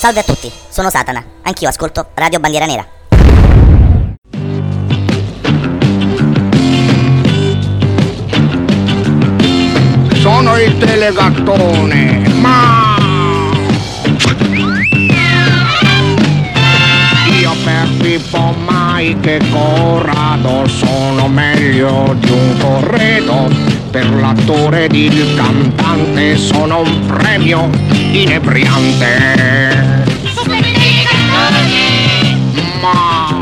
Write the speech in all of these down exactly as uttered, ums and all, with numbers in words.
Salve a tutti, sono Satana, anch'io ascolto Radio Bandiera Nera. Sono il Telegattone, ma io per Pippo Mike e Corrado sono meglio di un corredo. Per l'attore ed il cantante sono un premio inebriante. Ma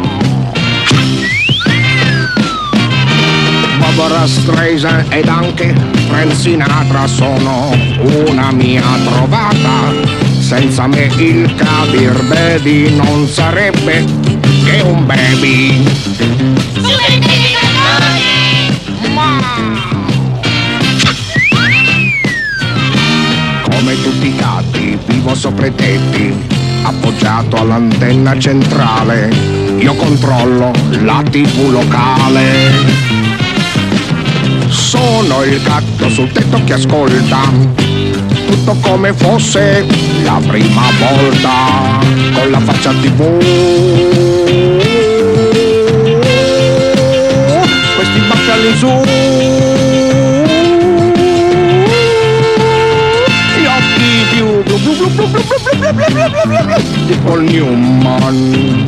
Barbara Streisand ed anche Frank Sinatra sono una mia trovata. Senza me il Kabir Baby non sarebbe che un baby. Ma come tutti i gatti vivo sopra i tetti, appoggiato all'antenna centrale. Io controllo la tivù locale. Sono il gatto sul tetto che ascolta tutto come fosse la prima volta, con la faccia tivù. Questi baffi all'insù, gli occhi più blu blu blu blu blu blu blu blu blu blu di Paul Newman.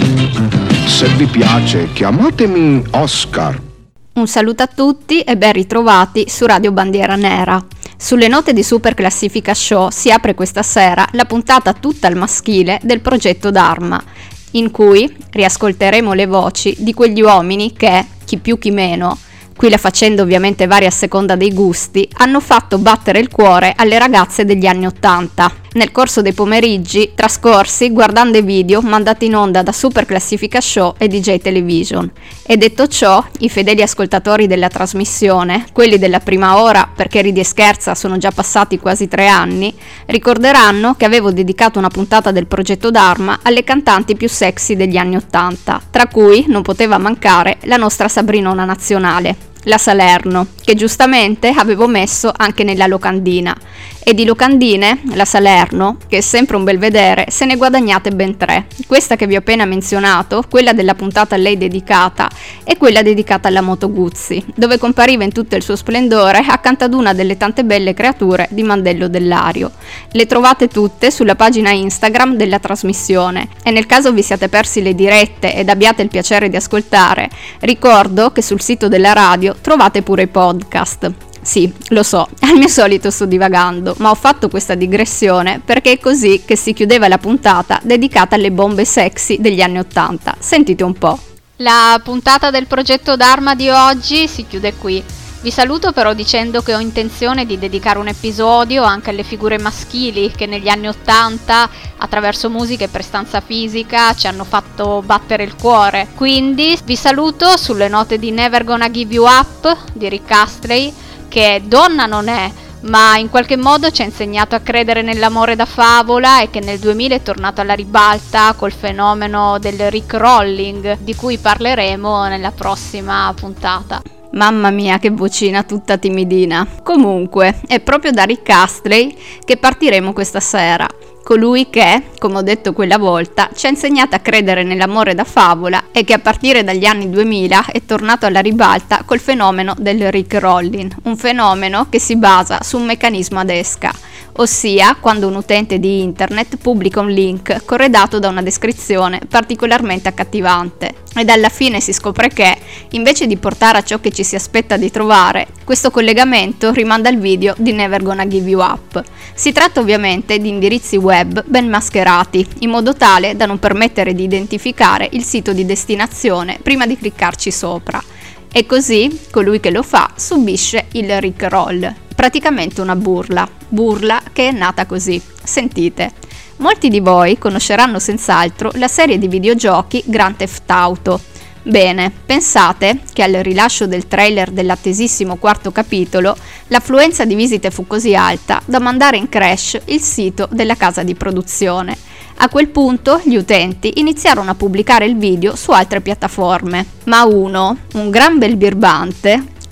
Se vi piace chiamatemi Oscar. Un saluto a tutti e ben ritrovati su Radio Bandiera Nera. Sulle note di Super Classifica Show si apre questa sera la puntata tutta al maschile del progetto Dharma, in cui riascolteremo le voci di quegli uomini che, chi più chi meno, qui la faccenda ovviamente varia a seconda dei gusti, hanno fatto battere il cuore alle ragazze degli anni Ottanta, nel corso dei pomeriggi trascorsi guardando i video mandati in onda da Super Classifica Show e D J Television. E detto ciò, i fedeli ascoltatori della trasmissione, quelli della prima ora, perché ridi e scherza sono già passati quasi tre anni, ricorderanno che avevo dedicato una puntata del progetto Dharma alle cantanti più sexy degli anni Ottanta, tra cui non poteva mancare la nostra Sabrinona nazionale, la Salerno, che giustamente avevo messo anche nella locandina. E di locandine, la Salerno, che è sempre un bel vedere, se ne guadagnate ben tre. Questa che vi ho appena menzionato, quella della puntata a lei dedicata, e quella dedicata alla Moto Guzzi, dove compariva in tutto il suo splendore accanto ad una delle tante belle creature di Mandello Dell'Ario. Le trovate tutte sulla pagina Instagram della trasmissione, e nel caso vi siate persi le dirette ed abbiate il piacere di ascoltare, ricordo che sul sito della radio trovate pure i podcast. Sì, lo so, al mio solito sto divagando, ma ho fatto questa digressione perché è così che si chiudeva la puntata dedicata alle bombe sexy degli anni Ottanta. Sentite un po'. La puntata del progetto Dharma di oggi si chiude qui. Vi saluto però dicendo che ho intenzione di dedicare un episodio anche alle figure maschili che negli anni Ottanta, attraverso musica e prestanza fisica, ci hanno fatto battere il cuore. Quindi vi saluto sulle note di Never Gonna Give You Up di Rick Astley, che donna non è, ma in qualche modo ci ha insegnato a credere nell'amore da favola e che nel duemila è tornato alla ribalta col fenomeno del Rickrolling, di cui parleremo nella prossima puntata. Mamma mia, che vocina tutta timidina. Comunque, è proprio da Rick Astley che partiremo questa sera. Colui che, come ho detto quella volta, ci ha insegnato a credere nell'amore da favola e che a partire dagli anni duemila è tornato alla ribalta col fenomeno del Rickrolling, un fenomeno che si basa su un meccanismo ad esca, ossia quando un utente di internet pubblica un link corredato da una descrizione particolarmente accattivante ed alla fine si scopre che, invece di portare a ciò che ci si aspetta di trovare, questo collegamento rimanda al video di Never Gonna Give You Up. Si tratta ovviamente di indirizzi web ben mascherati, in modo tale da non permettere di identificare il sito di destinazione prima di cliccarci sopra. E così colui che lo fa subisce il Rickroll, praticamente una burla, burla che è nata così. Sentite. Molti di voi conosceranno senz'altro la serie di videogiochi Grand Theft Auto. Bene, pensate che al rilascio del trailer dell'attesissimo quarto capitolo, l'affluenza di visite fu così alta da mandare in crash il sito della casa di produzione. A quel punto gli utenti iniziarono a pubblicare il video su altre piattaforme, ma uno, un gran bel birbante,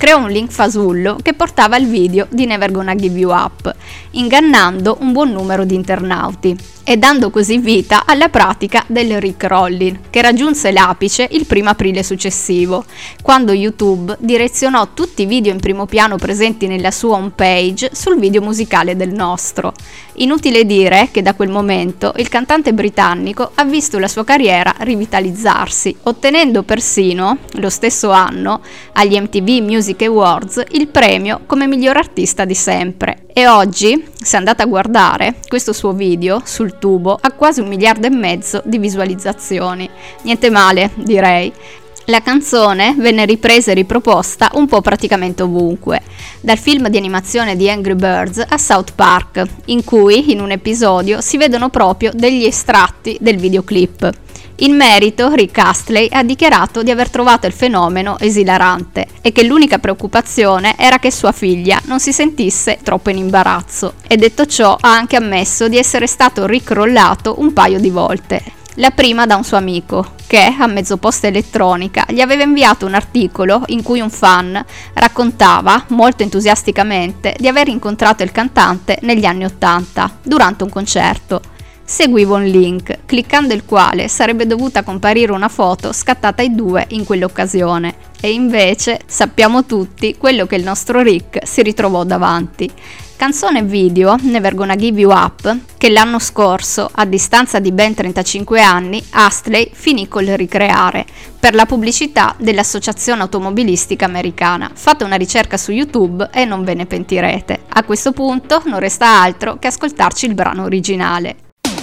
creò un link fasullo che portava al video di Never Gonna Give You Up, ingannando un buon numero di internauti e dando così vita alla pratica del rickrolling, che raggiunse l'apice il primo aprile successivo, quando YouTube direzionò tutti i video in primo piano presenti nella sua homepage sul video musicale del nostro. Inutile dire che da quel momento il cantante britannico ha visto la sua carriera rivitalizzarsi, ottenendo persino, lo stesso anno, agli M T V Music Awards il premio come miglior artista di sempre. E oggi, se andate a guardare, questo suo video sul tubo ha quasi un miliardo e mezzo di visualizzazioni. Niente male, direi. La canzone venne ripresa e riproposta un po' praticamente ovunque, dal film di animazione di Angry Birds a South Park, in cui in un episodio si vedono proprio degli estratti del videoclip. In merito, Rick Astley ha dichiarato di aver trovato il fenomeno esilarante e che l'unica preoccupazione era che sua figlia non si sentisse troppo in imbarazzo, e detto ciò ha anche ammesso di essere stato rickrollato un paio di volte. La prima da un suo amico, che, a mezzo posta elettronica, gli aveva inviato un articolo in cui un fan raccontava, molto entusiasticamente, di aver incontrato il cantante negli anni Ottanta, durante un concerto. Seguiva un link, cliccando il quale sarebbe dovuta comparire una foto scattata ai due in quell'occasione. E invece sappiamo tutti quello che il nostro Rick si ritrovò davanti. Canzone e video Never Gonna Give You Up, che l'anno scorso, a distanza di ben trentacinque anni, Astley finì col ricreare per la pubblicità dell'Associazione Automobilistica Americana. Fate una ricerca su YouTube e non ve ne pentirete. A questo punto non resta altro che ascoltarci il brano originale.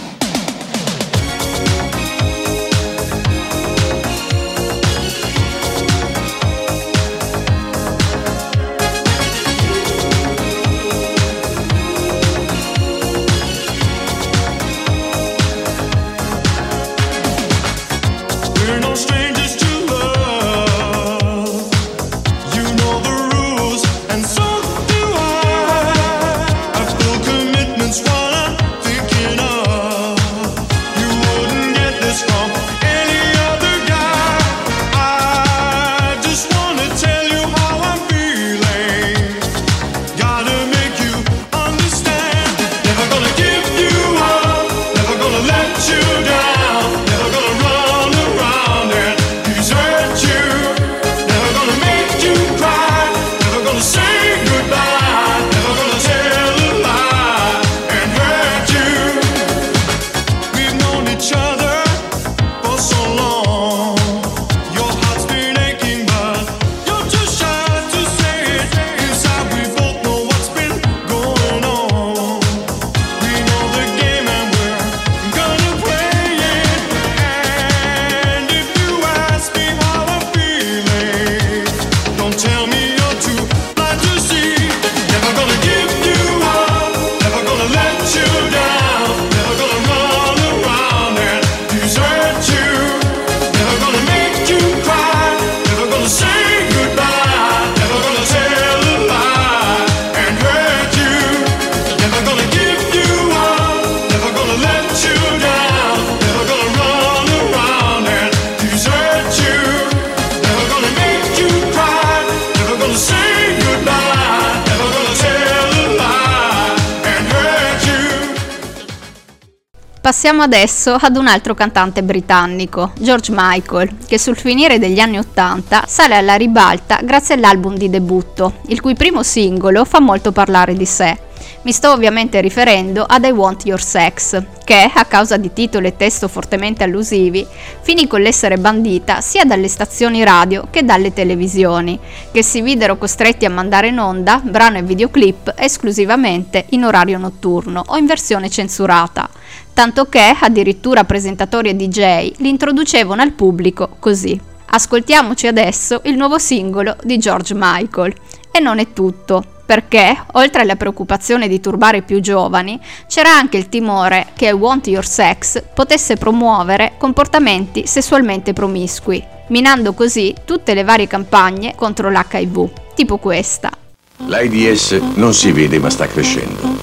Passiamo adesso ad un altro cantante britannico, George Michael, che sul finire degli anni Ottanta sale alla ribalta grazie all'album di debutto, il cui primo singolo fa molto parlare di sé. Mi sto ovviamente riferendo ad I Want Your Sex, che, a causa di titolo e testo fortemente allusivi, finì con l'essere bandita sia dalle stazioni radio che dalle televisioni, che si videro costretti a mandare in onda brano e videoclip esclusivamente in orario notturno o in versione censurata, tanto che addirittura presentatori e D J li introducevano al pubblico così. Ascoltiamoci adesso il nuovo singolo di George Michael. E non è tutto, perché, oltre alla preoccupazione di turbare i più giovani, c'era anche il timore che I Want Your Sex potesse promuovere comportamenti sessualmente promiscui, minando così tutte le varie campagne contro l'H I V, tipo questa. L'AIDS non si vede ma sta crescendo,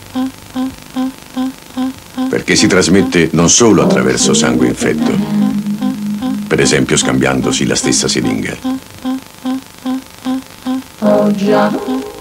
perché si trasmette non solo attraverso sangue infetto, per esempio scambiandosi la stessa siringa, pioggia.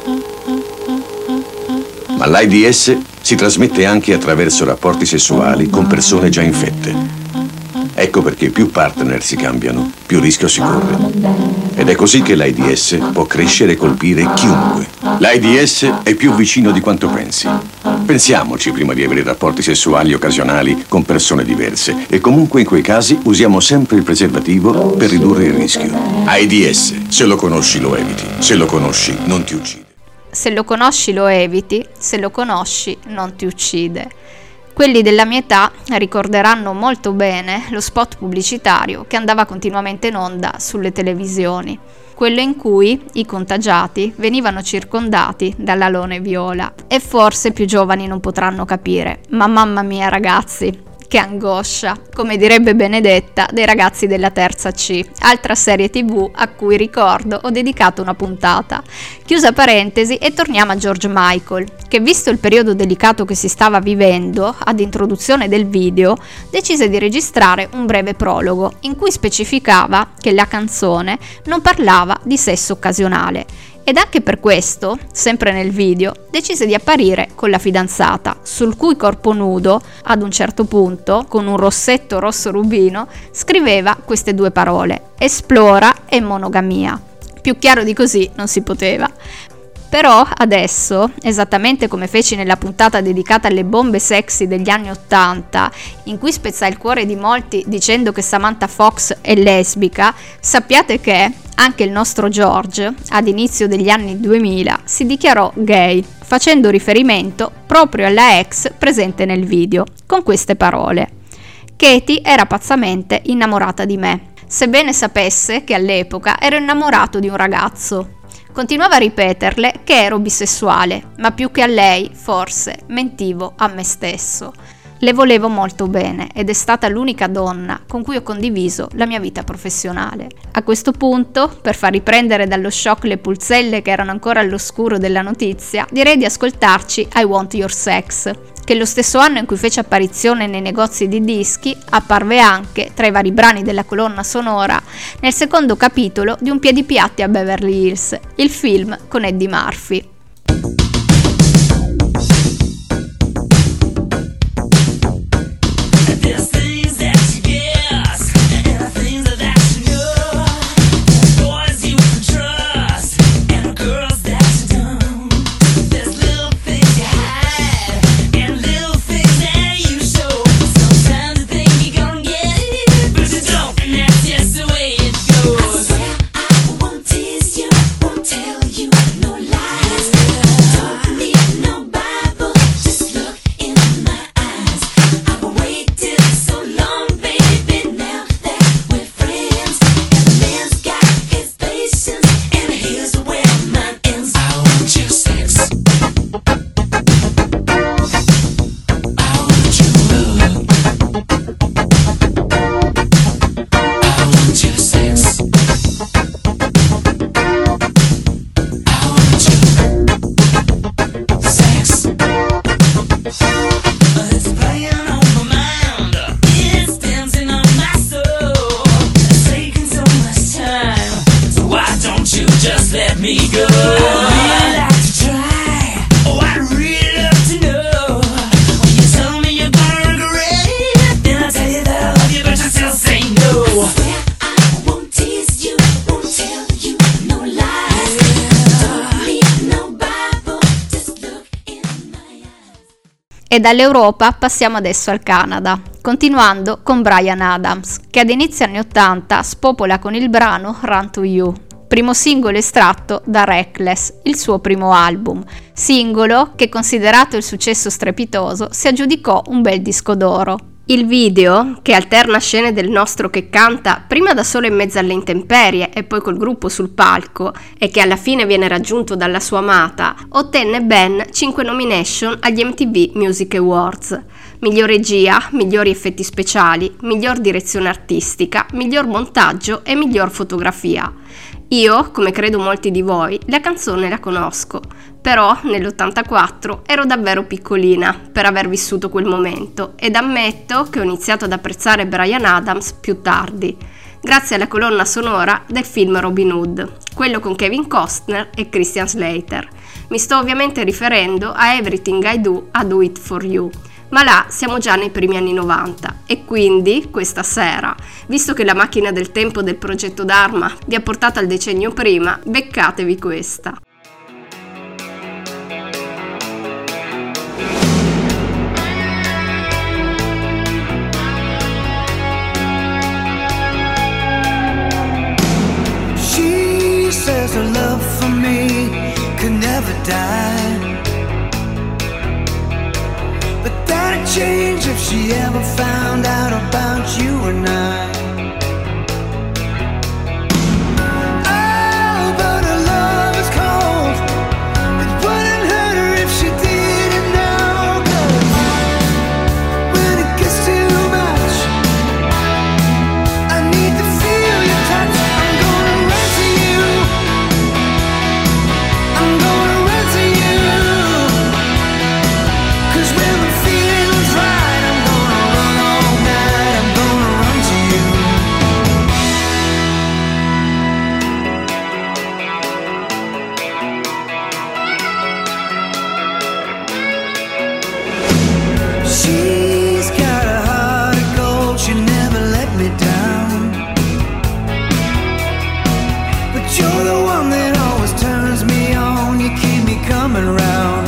Ma l'AIDS si trasmette anche attraverso rapporti sessuali con persone già infette. Ecco perché più partner si cambiano, più rischio si corre. Ed è così che l'AIDS può crescere e colpire chiunque. L'AIDS è più vicino di quanto pensi. Pensiamoci prima di avere rapporti sessuali occasionali con persone diverse e comunque in quei casi usiamo sempre il preservativo per ridurre il rischio. AIDS, se lo conosci lo eviti, se lo conosci non ti uccide. Se lo conosci lo eviti, se lo conosci non ti uccide. Quelli della mia età ricorderanno molto bene lo spot pubblicitario che andava continuamente in onda sulle televisioni, quello in cui i contagiati venivano circondati dall'alone viola. E forse più giovani non potranno capire, ma mamma mia ragazzi, che angoscia, come direbbe Benedetta, dei ragazzi della terza C, altra serie tv a cui ricordo ho dedicato una puntata. Chiusa parentesi e torniamo a George Michael, che visto il periodo delicato che si stava vivendo, ad introduzione del video, decise di registrare un breve prologo in cui specificava che la canzone non parlava di sesso occasionale. Ed anche per questo, sempre nel video, decise di apparire con la fidanzata, sul cui corpo nudo, ad un certo punto, con un rossetto rosso rubino, scriveva queste due parole: esplora e monogamia. Più chiaro di così non si poteva. Però adesso, esattamente come feci nella puntata dedicata alle bombe sexy degli anni ottanta, in cui spezzai il cuore di molti dicendo che Samantha Fox è lesbica, sappiate che anche il nostro George, ad inizio degli anni duemila, si dichiarò gay, facendo riferimento proprio alla ex presente nel video, con queste parole: Katie era pazzamente innamorata di me, sebbene sapesse che all'epoca ero innamorato di un ragazzo. Continuava a ripeterle che ero bisessuale, ma più che a lei, forse, mentivo a me stesso. Le volevo molto bene ed è stata l'unica donna con cui ho condiviso la mia vita professionale. A questo punto, per far riprendere dallo shock le pulzelle che erano ancora all'oscuro della notizia, direi di ascoltarci I Want Your Sex, che lo stesso anno in cui fece apparizione nei negozi di dischi, apparve anche, tra i vari brani della colonna sonora, nel secondo capitolo di Un piedipiatti a Beverly Hills, il film con Eddie Murphy. E dall'Europa passiamo adesso al Canada, continuando con Bryan Adams, che ad inizio anni ottanta spopola con il brano Run to You, primo singolo estratto da Reckless, il suo primo album, singolo che, considerato il successo strepitoso, si aggiudicò un bel disco d'oro. Il video, che alterna scene del nostro che canta prima da solo in mezzo alle intemperie e poi col gruppo sul palco e che alla fine viene raggiunto dalla sua amata, ottenne ben cinque nomination agli M T V Music Awards. Miglior regia, migliori effetti speciali, miglior direzione artistica, miglior montaggio e miglior fotografia. Io, come credo molti di voi, la canzone la conosco, però nell'ottantaquattro ero davvero piccolina per aver vissuto quel momento ed ammetto che ho iniziato ad apprezzare Bryan Adams più tardi. grazie alla colonna sonora del film Robin Hood, quello con Kevin Costner e Christian Slater. Mi sto ovviamente riferendo a Everything I Do, I Do It For You, ma là siamo già nei primi anni novanta e quindi questa sera, visto che la macchina del tempo del progetto Dharma vi ha portato al decennio prima, beccatevi questa. She says her love for me could never die, but that'd change if she ever found out about you and I. Oh, but her love is cold. It wouldn't hurt her if she didn't know. 'Cause when it gets too much, I need to feel your touch. I'm gonna run to you. I'm gonna run to you. 'Cause when the feeling's right, I'm gonna run all night. I'm gonna run to you. She's got a heart of gold, she never let me down. But you're the one that always turns me on, you keep me coming around.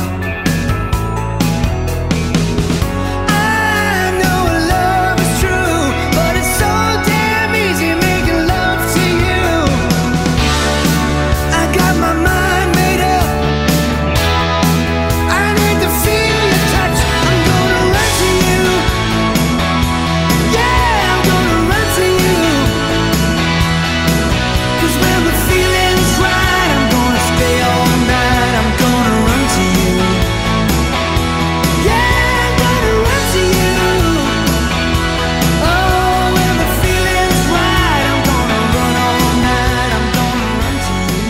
I know love is true, but it's so damn easy making love to you. I got my mind made up, I need to feel your touch. I'm gonna run to you. Yeah, I'm gonna run to you. 'Cause when the feeling's right, I'm gonna stay all night. I'm gonna run to you. Yeah, I'm gonna run to you. Oh, when the feeling's right, I'm gonna run all night. I'm gonna run to you.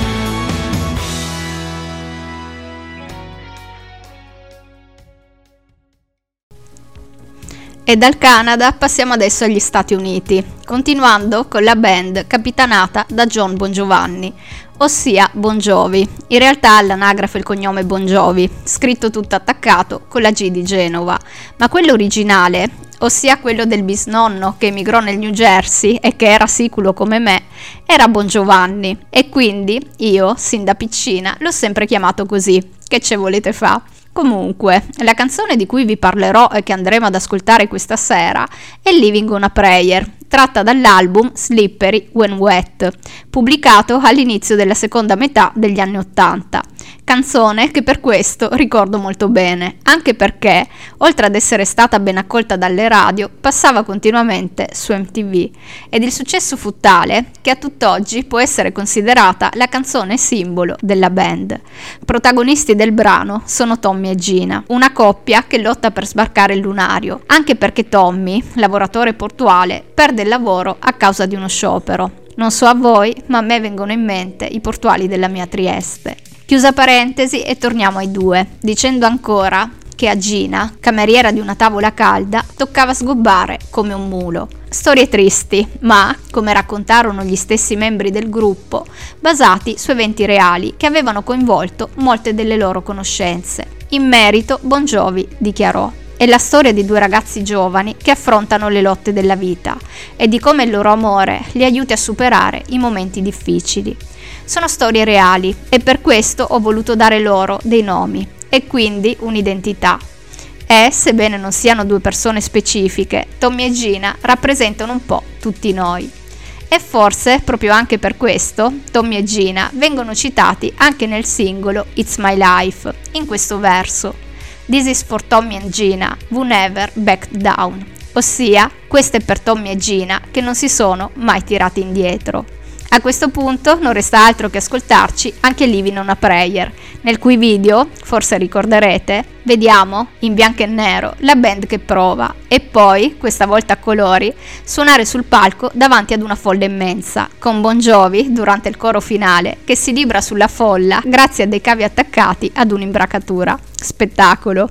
E dal Canada passiamo adesso agli Stati Uniti, continuando con la band capitanata da John Bon Giovanni, ossia Bon Jovi. In realtà all'anagrafe il cognome è Bon Jovi, scritto tutto attaccato con la G di Genova, ma quello originale, ossia quello del bisnonno che emigrò nel New Jersey e che era siculo come me, era Bon Giovanni, e quindi io, sin da piccina, l'ho sempre chiamato così. Che ce volete fa? Comunque, la canzone di cui vi parlerò e che andremo ad ascoltare questa sera è Living on a Prayer, tratta dall'album Slippery When Wet, pubblicato all'inizio della seconda metà degli anni Ottanta. Canzone che per questo ricordo molto bene, anche perché, oltre ad essere stata ben accolta dalle radio, passava continuamente su M T V, ed il successo fu tale che a tutt'oggi può essere considerata la canzone simbolo della band. Protagonisti del brano sono Tommy e Gina, una coppia che lotta per sbarcare il lunario, anche perché Tommy, lavoratore portuale, perde il lavoro a causa di uno sciopero. Non so a voi, ma a me vengono in mente i portuali della mia Trieste. Chiusa parentesi e torniamo ai due, dicendo ancora che a Gina, cameriera di una tavola calda, toccava sgobbare come un mulo. Storie tristi, ma, come raccontarono gli stessi membri del gruppo, basati su eventi reali che avevano coinvolto molte delle loro conoscenze. In merito, Bon Jovi dichiarò: è la storia di due ragazzi giovani che affrontano le lotte della vita e di come il loro amore li aiuti a superare i momenti difficili. Sono storie reali e per questo ho voluto dare loro dei nomi e quindi un'identità. E, sebbene non siano due persone specifiche, Tommy e Gina rappresentano un po' tutti noi. E forse, proprio anche per questo, Tommy e Gina vengono citati anche nel singolo It's My Life, in questo verso: This is for Tommy and Gina, who never backed down. Ossia, questo è per Tommy e Gina che non si sono mai tirati indietro. A questo punto non resta altro che ascoltarci anche Living on a Prayer, nel cui video, forse ricorderete, vediamo, in bianco e nero, la band che prova e poi, questa volta a colori, suonare sul palco davanti ad una folla immensa, con Bon Jovi, durante il coro finale, che si libra sulla folla grazie a dei cavi attaccati ad un'imbracatura. Spettacolo!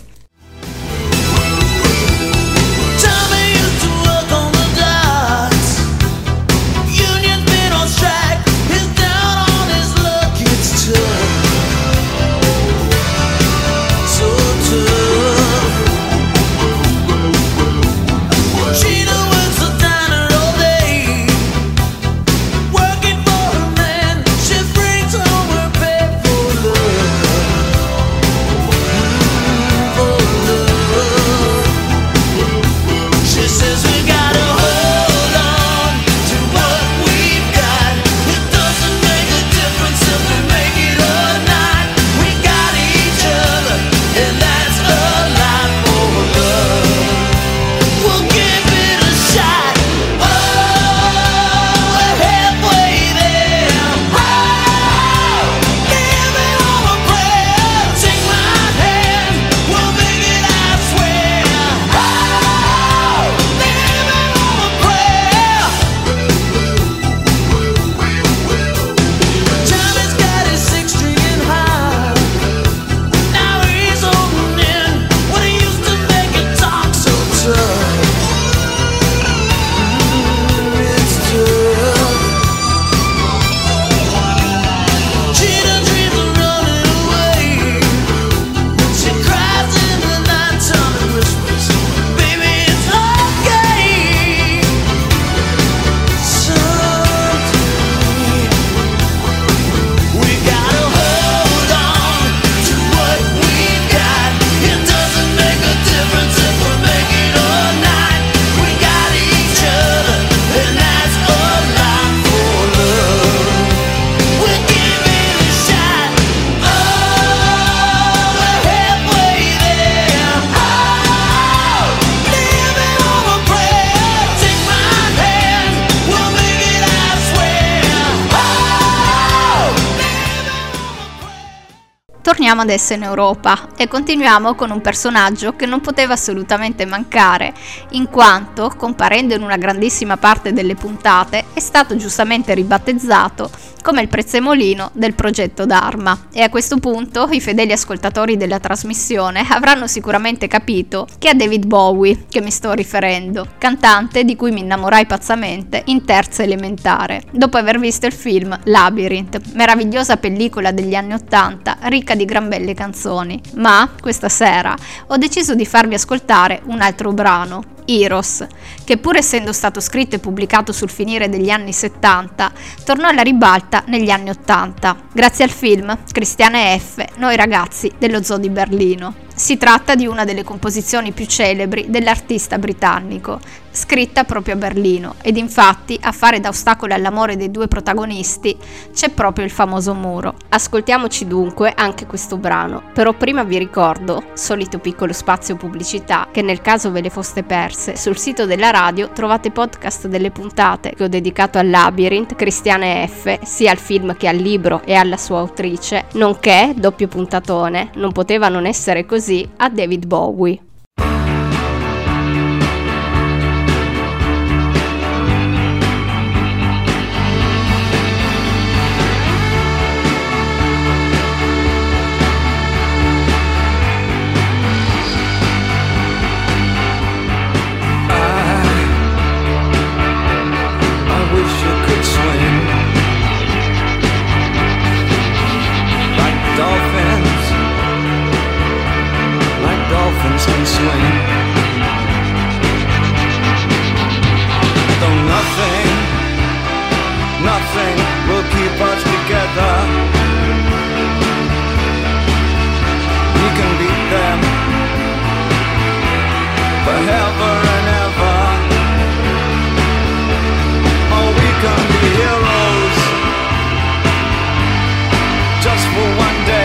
Tell me to work on the dots. You Torniamo adesso in Europa e continuiamo con un personaggio che non poteva assolutamente mancare, in quanto, comparendo in una grandissima parte delle puntate, è stato giustamente ribattezzato come il prezzemolino del progetto Dharma. E a questo punto i fedeli ascoltatori della trasmissione avranno sicuramente capito che è a David Bowie che mi sto riferendo, cantante di cui mi innamorai pazzamente in terza elementare, dopo aver visto il film Labyrinth, meravigliosa pellicola degli anni ottanta, ricca di gran belle canzoni. Ma questa sera ho deciso di farvi ascoltare un altro brano, Heroes, che pur essendo stato scritto e pubblicato sul finire degli anni settanta, tornò alla ribalta negli anni ottanta, grazie al film Cristiane F, Noi ragazzi dello Zoo di Berlino. Si tratta di una delle composizioni più celebri dell'artista britannico, scritta proprio a Berlino, ed infatti a fare da ostacolo all'amore dei due protagonisti c'è proprio il famoso muro. Ascoltiamoci dunque anche questo brano, però prima vi ricordo, solito piccolo spazio pubblicità, che nel caso ve le foste perse, sul sito della radio trovate podcast delle puntate che ho dedicato al Labyrinth, Cristiane F, sia al film che al libro e alla sua autrice, nonché, doppio puntatone, non poteva non essere così, a David Bowie. Can swing. Though nothing, nothing will keep us together. We can beat them forever and ever. Oh, we can be heroes just for one day.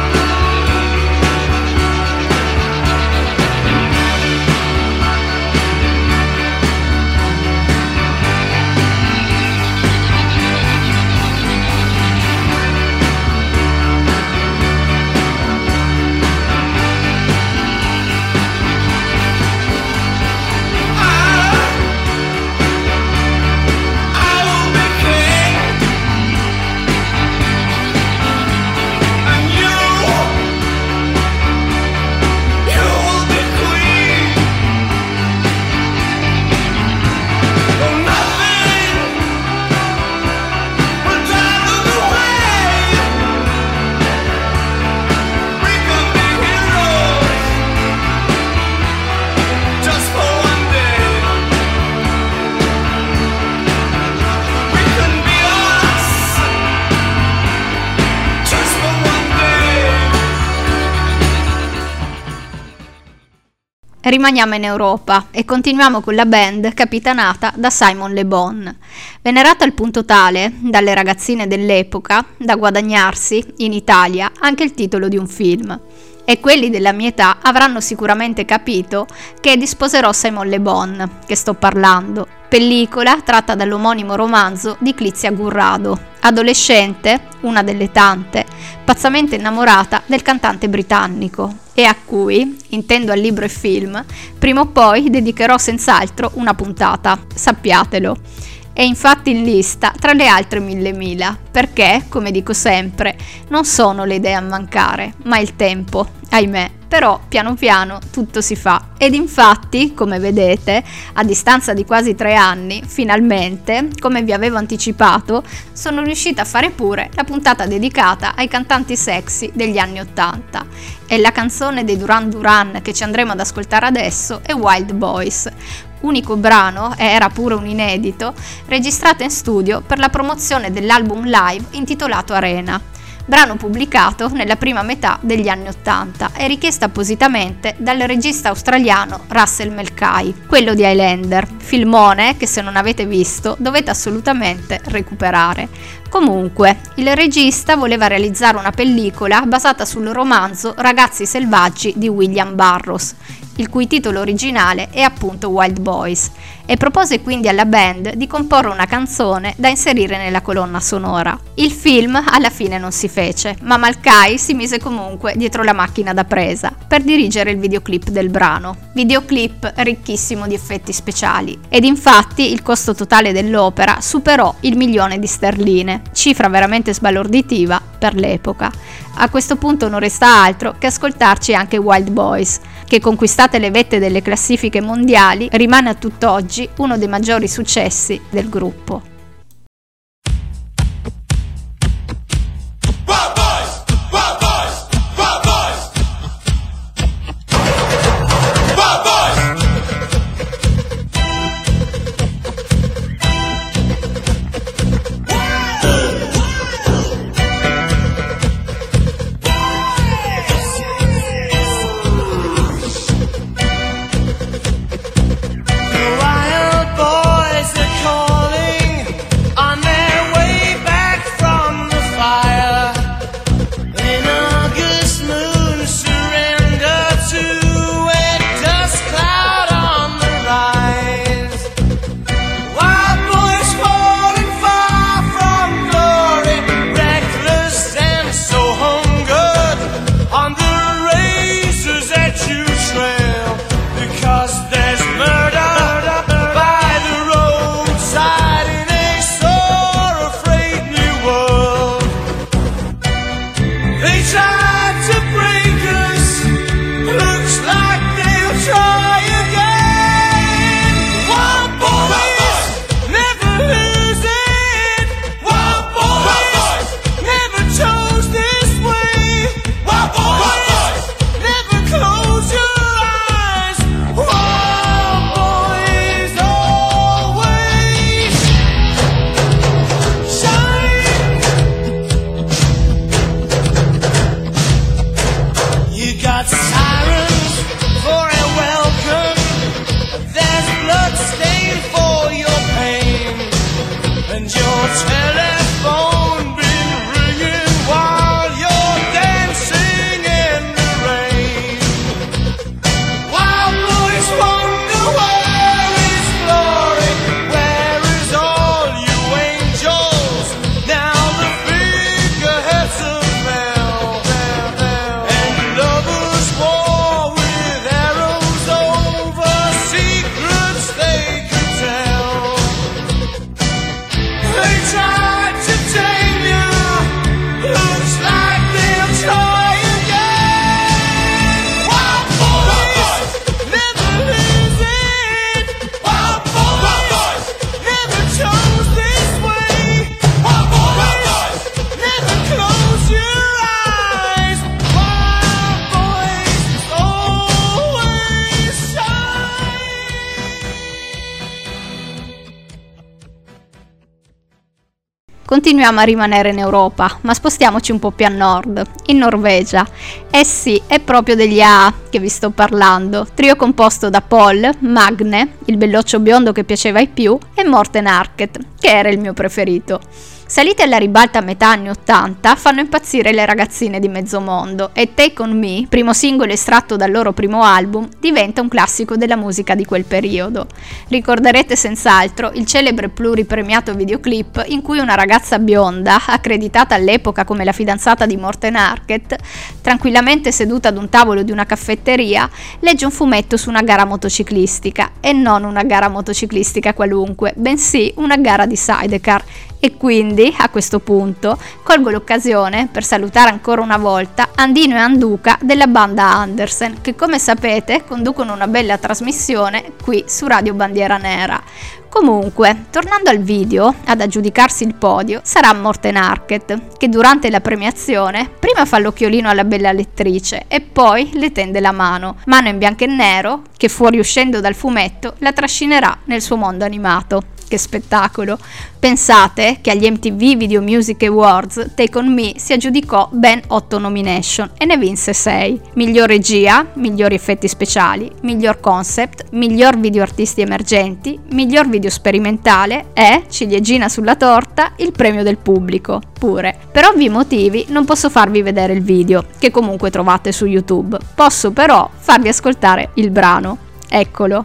Rimaniamo in Europa e continuiamo con la band capitanata da Simon Le Bon, venerata al punto tale dalle ragazzine dell'epoca da guadagnarsi in Italia anche il titolo di un film. E quelli della mia età avranno sicuramente capito che è di Sposerò Simon Le Bon che sto parlando, pellicola tratta dall'omonimo romanzo di Clizia Gurrado, adolescente, una delle tante, pazzamente innamorata del cantante britannico, e a cui, intendo al libro e film, prima o poi dedicherò senz'altro una puntata, sappiatelo. È infatti in lista tra le altre mille mila, perché, come dico sempre, non sono le idee a mancare, ma il tempo, ahimè. Però piano piano tutto si fa. Ed infatti, come vedete, a distanza di quasi tre anni, finalmente, come vi avevo anticipato, sono riuscita a fare pure la puntata dedicata ai cantanti sexy degli anni ottanta. E la canzone dei Duran Duran che ci andremo ad ascoltare adesso è Wild Boys, unico brano, e era pure un inedito, registrato in studio per la promozione dell'album live intitolato Arena, brano pubblicato nella prima metà degli anni ottanta e richiesto appositamente dal regista australiano Russell Mulcahy, quello di Highlander, filmone che se non avete visto dovete assolutamente recuperare. Comunque, il regista voleva realizzare una pellicola basata sul romanzo Ragazzi selvaggi di William Burroughs, il cui titolo originale è appunto Wild Boys, e propose quindi alla band di comporre una canzone da inserire nella colonna sonora. Il film alla fine non si fece, ma Malkai si mise comunque dietro la macchina da presa per dirigere il videoclip del brano. Videoclip ricchissimo di effetti speciali, ed infatti il costo totale dell'opera superò il milione di sterline, cifra veramente sbalorditiva per l'epoca. A questo punto non resta altro che ascoltarci anche Wild Boys, che conquistate le vette delle classifiche mondiali rimane a tutt'oggi uno dei maggiori successi del gruppo. Wild boys are calling on their way back from the fire. An August moon surrender to a dust cloud on the rise. Wild boys falling far from glory, reckless and so hungered on the razors that you trail, because there's murder by the roadside in a sore afraid new world. They tried to break us, looks like they'll try again. Wild boys never lose it. Wild boys never chose this way. Wild boys never close your eyes. Wild boys always shine. You got sirens for a welcome. There's blood stain for your pain, and your telephone been ringing while you're dancing in the rain. Wild boys wonder where is glory, where is all you angels? Now the figureheads have fell, and lovers war with arrows over secrets they could tell. They tried to tame you, looks like they'll try again. Wild boys never lose it. Wild boys never chose this way. Wild boys never close your eyes. Wild boys always shine. Continuiamo a rimanere in Europa, ma spostiamoci un po' più a nord, in Norvegia. Eh sì, è proprio degli A A che vi sto parlando, trio composto da Paul, Magne, il belloccio biondo che piaceva ai più, e Morten Harket, che era il mio preferito. Saliti alla ribalta a metà anni ottanta, fanno impazzire le ragazzine di mezzo mondo e Take On Me, primo singolo estratto dal loro primo album, diventa un classico della musica di quel periodo. Ricorderete senz'altro il celebre pluripremiato videoclip in cui una ragazza bionda, accreditata all'epoca come la fidanzata di Morten Harket, tranquillamente seduta ad un tavolo di una caffetteria, legge un fumetto su una gara motociclistica, e non una gara motociclistica qualunque, bensì una gara di sidecar. E quindi, a questo punto, colgo l'occasione per salutare ancora una volta Andino e Anduka della banda Andersen, che come sapete conducono una bella trasmissione qui su Radio Bandiera Nera. Comunque, tornando al video, ad aggiudicarsi il podio sarà Morten Harket, che durante la premiazione prima fa l'occhiolino alla bella lettrice e poi le tende la mano, mano in bianco e nero, che fuoriuscendo dal fumetto la trascinerà nel suo mondo animato. Che spettacolo! Pensate che agli M T V Video Music Awards Take On Me si aggiudicò ben otto nomination e ne vinse sei. Miglior regia, migliori effetti speciali, miglior concept, miglior video artisti emergenti, miglior video sperimentale e, ciliegina sulla torta, il premio del pubblico, pure. Per ovvi motivi non posso farvi vedere il video, che comunque trovate su YouTube. Posso però farvi ascoltare il brano. Eccolo.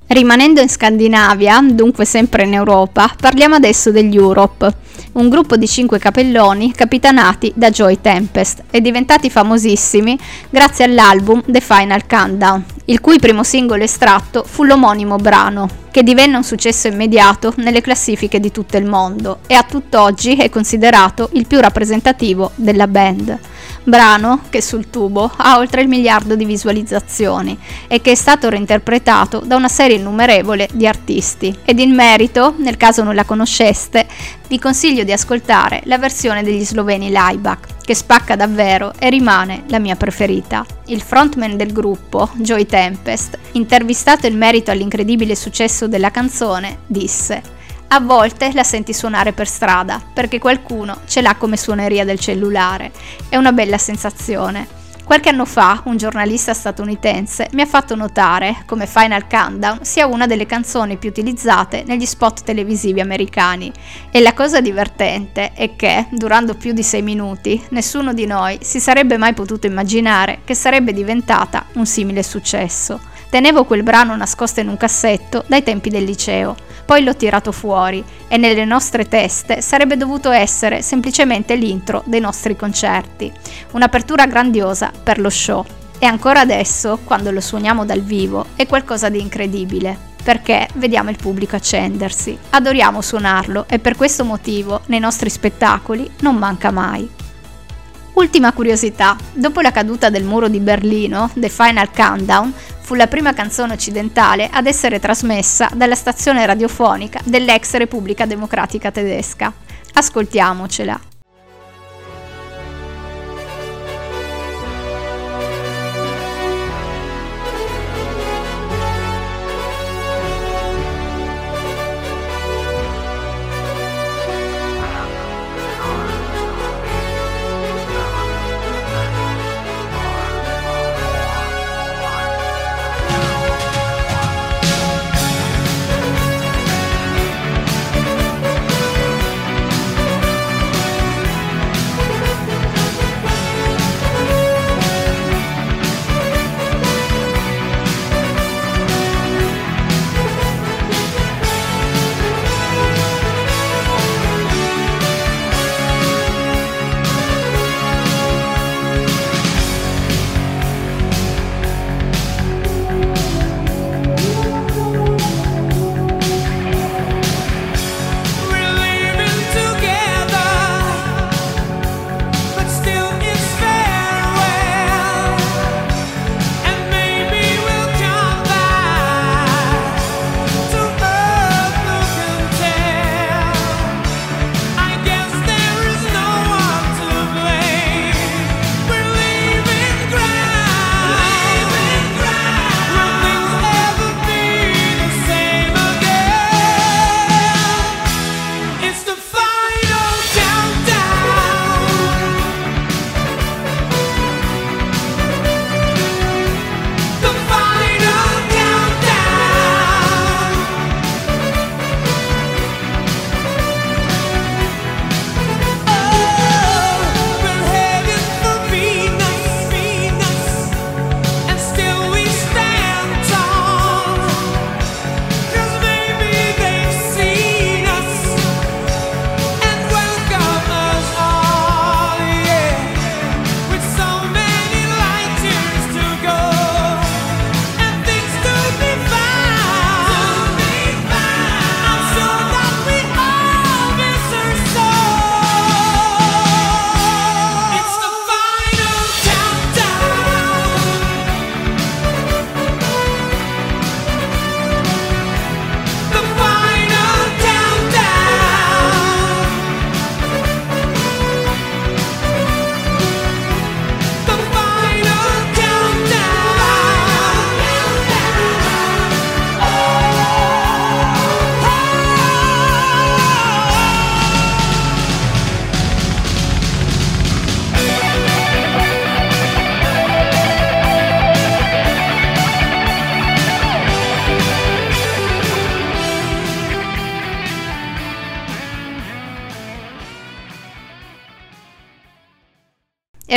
Rimanendo in Scandinavia, dunque sempre in Europa, parliamo adesso degli Europe, un gruppo di cinque capelloni capitanati da Joey Tempest e diventati famosissimi grazie all'album The Final Countdown, il cui primo singolo estratto fu l'omonimo brano, che divenne un successo immediato nelle classifiche di tutto il mondo e a tutt'oggi è considerato il più rappresentativo della band. Brano che sul tubo ha oltre il miliardo di visualizzazioni e che è stato reinterpretato da una serie innumerevole di artisti. Ed in merito, nel caso non la conosceste, vi consiglio di ascoltare la versione degli sloveni Laibach, che spacca davvero e rimane la mia preferita. Il frontman del gruppo, Joey Tempest, intervistato in merito all'incredibile successo della canzone, disse: "A volte la senti suonare per strada, perché qualcuno ce l'ha come suoneria del cellulare. È una bella sensazione. Qualche anno fa un giornalista statunitense mi ha fatto notare come Final Countdown sia una delle canzoni più utilizzate negli spot televisivi americani. E la cosa divertente è che, durando più di sei minuti, nessuno di noi si sarebbe mai potuto immaginare che sarebbe diventata un simile successo. Tenevo quel brano nascosto in un cassetto dai tempi del liceo, poi l'ho tirato fuori e nelle nostre teste sarebbe dovuto essere semplicemente l'intro dei nostri concerti, un'apertura grandiosa per lo show. E ancora adesso, quando lo suoniamo dal vivo, è qualcosa di incredibile, perché vediamo il pubblico accendersi, adoriamo suonarlo e per questo motivo nei nostri spettacoli non manca mai. Ultima curiosità, dopo la caduta del muro di Berlino, The Final Countdown fu la prima canzone occidentale ad essere trasmessa dalla stazione radiofonica dell'ex Repubblica Democratica Tedesca. Ascoltiamocela. Thank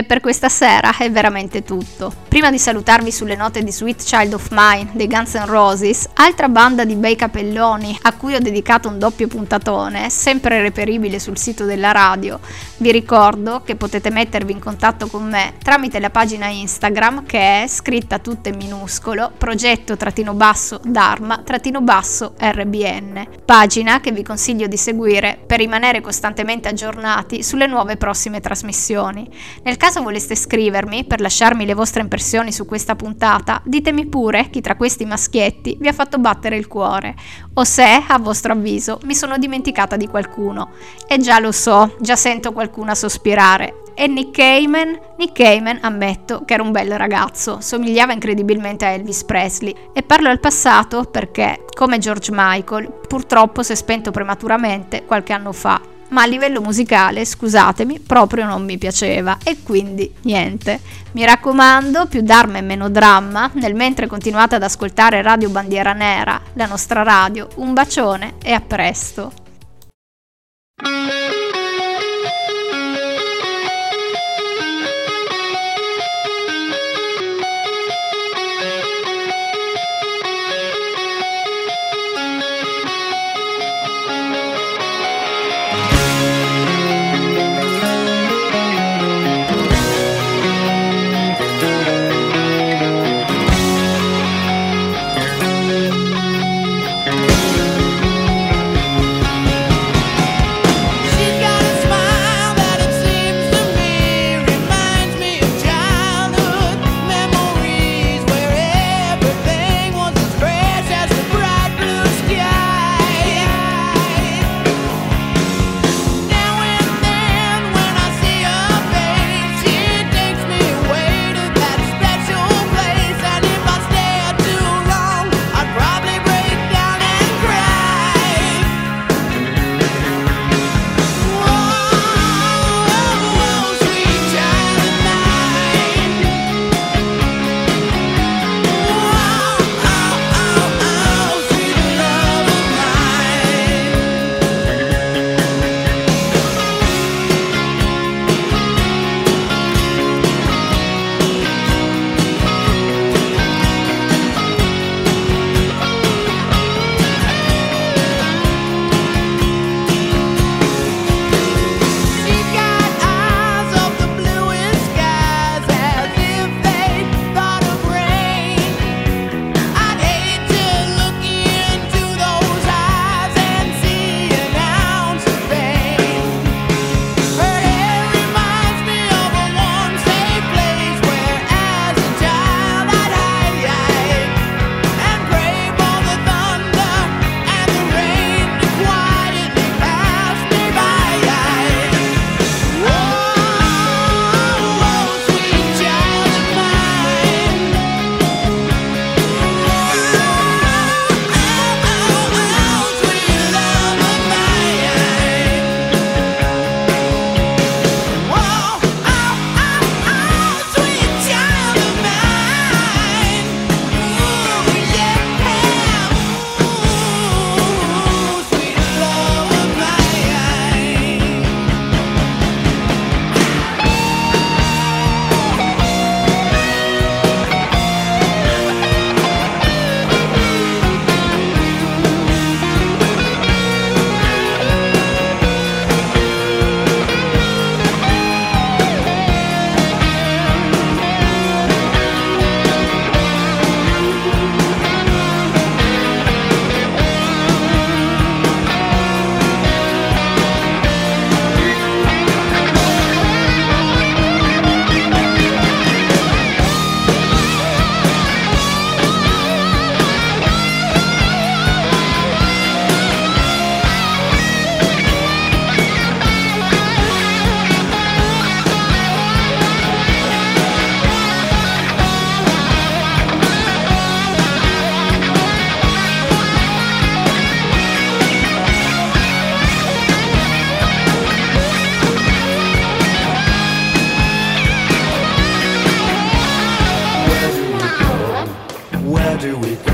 E per questa sera è veramente tutto. Prima di salutarvi sulle note di Sweet Child of Mine dei Guns N' Roses, altra banda di bei capelloni a cui ho dedicato un doppio puntatone, sempre reperibile sul sito della radio, vi ricordo che potete mettervi in contatto con me tramite la pagina Instagram che è scritta tutta in minuscolo progetto trattino basso Dharma trattino basso R B N, pagina che vi consiglio di seguire per rimanere costantemente aggiornati sulle nuove prossime trasmissioni. Nel caso voleste scrivermi per lasciarmi le vostre impressioni su questa puntata, ditemi pure chi tra questi maschietti vi ha fatto battere il cuore o se, a vostro avviso, mi sono dimenticata di qualcuno. E già lo so, già sento qualcuno a sospirare. E Nick Cayman? Nick Cayman, ammetto che era un bel ragazzo, somigliava incredibilmente a Elvis Presley. E parlo al passato perché, come George Michael, purtroppo si è spento prematuramente qualche anno fa. Ma a livello musicale, scusatemi, proprio non mi piaceva e quindi niente. Mi raccomando, più Dharma e meno dramma, nel mentre continuate ad ascoltare Radio Bandiera Nera, la nostra radio. Un bacione e a presto. do we go?